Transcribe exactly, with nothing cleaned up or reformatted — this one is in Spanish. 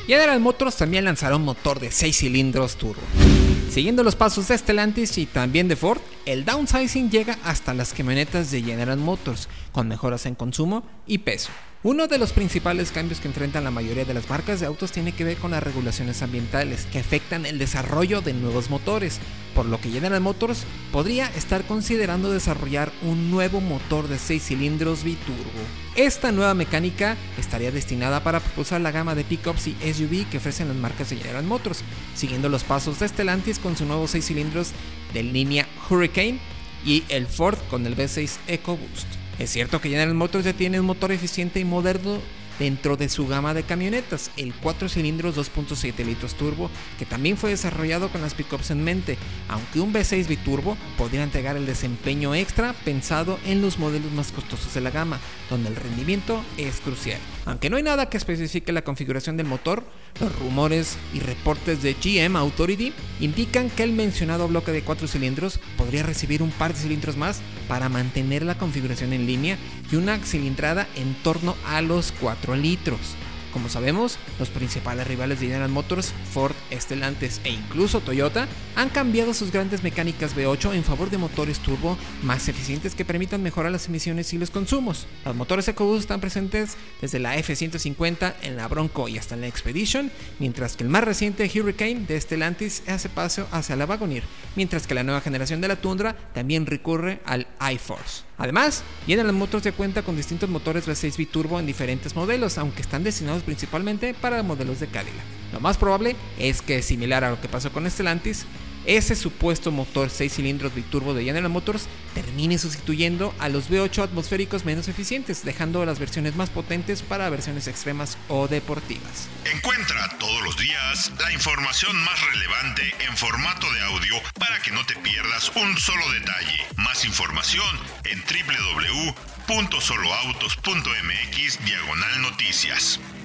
General Motors también lanzará un motor de seis cilindros turbo. Siguiendo los pasos de Stellantis y también de Ford, el downsizing llega hasta las camionetas de General Motors, con mejoras en consumo y peso. Uno de los principales cambios que enfrentan la mayoría de las marcas de autos tiene que ver con las regulaciones ambientales que afectan el desarrollo de nuevos motores, por lo que General Motors podría estar considerando desarrollar un nuevo motor de seis cilindros biturbo. Esta nueva mecánica estaría destinada para propulsar la gama de pickups y S U V que ofrecen las marcas de General Motors, siguiendo los pasos de Stellantis con su nuevo seis cilindros de línea Hurricane y el Ford con el V seis EcoBoost. Es cierto que General Motors ya tiene un motor eficiente y moderno dentro de su gama de camionetas, el cuatro cilindros dos punto siete litros turbo, que también fue desarrollado con las pickups en mente, aunque un V seis biturbo podría entregar el desempeño extra pensado en los modelos más costosos de la gama, donde el rendimiento es crucial. Aunque no hay nada que especifique la configuración del motor, los rumores y reportes de G M Authority indican que el mencionado bloque de cuatro cilindros podría recibir un par de cilindros más para mantener la configuración en línea y una cilindrada en torno a los cuatro litros. Como sabemos, los principales rivales de General Motors, Ford, Stellantis e incluso Toyota, han cambiado sus grandes mecánicas V ocho en favor de motores turbo más eficientes que permitan mejorar las emisiones y los consumos. Los motores EcoBoost están presentes desde la F ciento cincuenta en la Bronco y hasta en la Expedition, mientras que el más reciente Hurricane de Stellantis hace paso hacia la Wagoneer, mientras que la nueva generación de la Tundra también recurre al iForce. Además, General Motors ya cuenta con distintos motores V seis biturbo en diferentes modelos, aunque están destinados principalmente para modelos de Cadillac. Lo más probable es que, similar a lo que pasó con Stellantis, ese supuesto motor seis cilindros biturbo de General Motors termine sustituyendo a los V ocho atmosféricos menos eficientes, dejando las versiones más potentes para versiones extremas o deportivas. Encuentra todos los días la información más relevante en formato de audio para que no te pierdas un solo detalle. Más información en doble u doble u doble u punto soloautos punto m x diagonal noticias.